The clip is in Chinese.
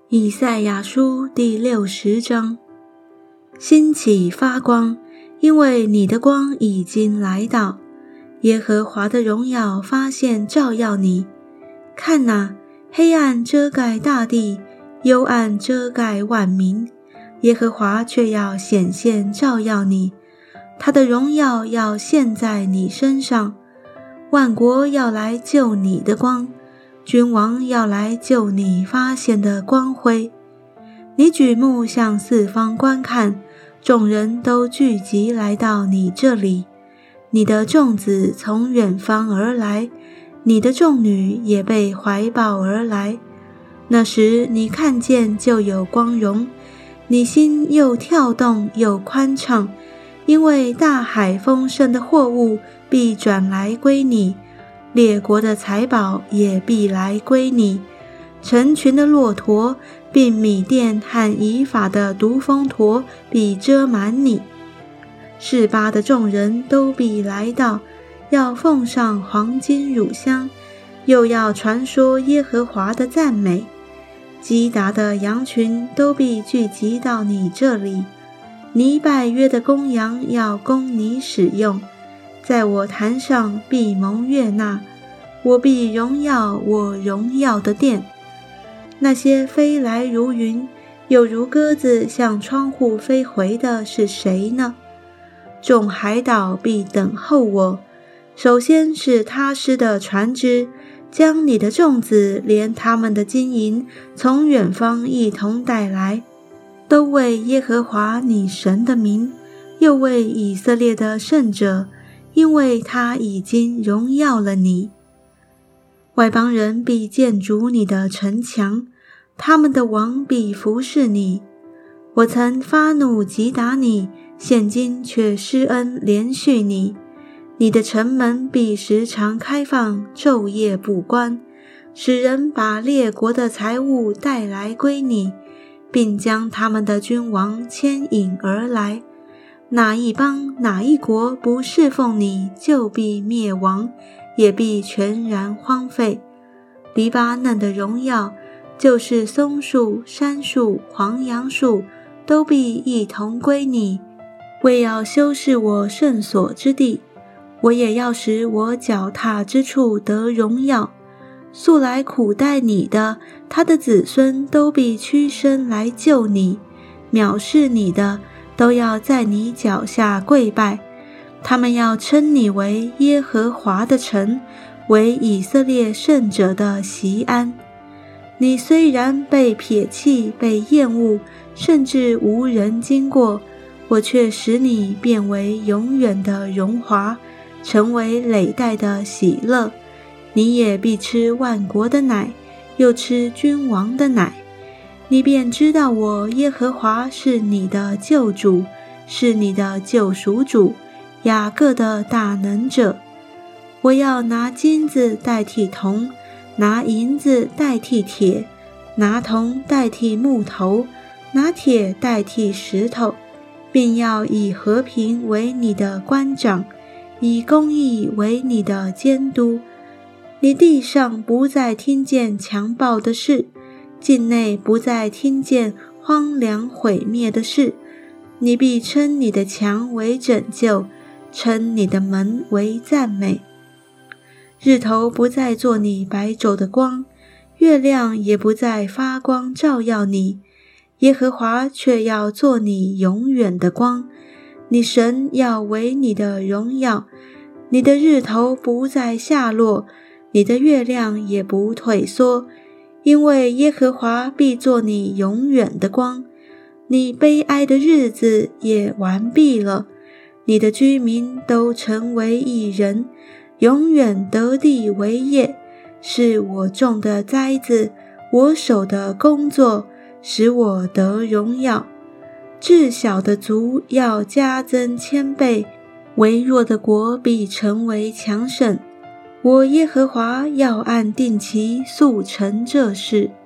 以赛亚书第60章。兴起发光，因为你的光已经来到，耶和华的荣耀发现照耀你。看哪，黑暗遮盖大地，幽暗遮盖万民，耶和华却要显现照耀你，他的荣耀要现在你身上。万国要来就你的光，君王要来就你发现的光辉。你举目向四方观看，众人都聚集来到你这里。你的众子从远方而来，你的众女也被怀抱而来。那时你看见就有光荣，你心又跳动又宽敞，因为大海丰盛的货物必转来归你，列国的财宝也必来归你，成群的骆驼并米甸和以法的独峰驼必遮满你。示巴的众人都必来到，要奉上黄金乳香，又要传说耶和华的赞美。基达的羊群都必聚集到你这里，你拜约的公羊要供你使用，在我坛上必蒙悦纳，我必荣耀我荣耀的殿。那些飞来如云，又如鸽子向窗户飞回的是谁呢？众海岛必等候我，首先是他施的船只，将你的众子连他们的金银从远方一同带来，都为耶和华你神的名，又为以色列的圣者，因为他已经荣耀了你。外邦人必建筑你的城墙，他们的王必服侍你。我曾发怒击打你，现今却施恩怜恤你。你的城门必时常开放，昼夜不关，使人把列国的财物带来归你，并将他们的君王牵引而来。哪一邦哪一国不侍奉你，就必灭亡，也必全然荒废。黎巴嫩的荣耀，就是松树、杉树、黄杨树，都必一同归你。为要修饰我圣所之地，我也要使我脚踏之处得荣耀。素来苦待你的，他的子孙都必屈身来救你；藐视你的，都要在你脚下跪拜。他们要称你为耶和华的城，为以色列圣者的锡安。你虽然被撇弃，被厌恶，甚至无人经过，我却使你变为永远的荣华，成为累代的喜乐。你也必吃万国的奶，又吃君王的奶。你便知道我耶和华是你的救主，是你的救赎主，雅各的大能者。我要拿金子代替铜，拿银子代替铁，拿铜代替木头，拿铁代替石头，并要以和平为你的官长，以公义为你的监督。你地上不再听见强暴的事，境内不再听见荒凉毁灭的事。你必称你的墙为拯救，称你的门为赞美。日头不再做你白昼的光，月亮也不再发光照耀你，耶和华却要做你永远的光，你神要为你的荣耀。你的日头不再下落，你的月亮也不退缩，因为耶和华必做你永远的光。你悲哀的日子也完毕了，你的居民都成为义人，永远得地为业。是我种的栽子，我手的工作，使我得荣耀。至小的族要加增千倍，微弱的国必成为强盛。我耶和华要按定期速成这事。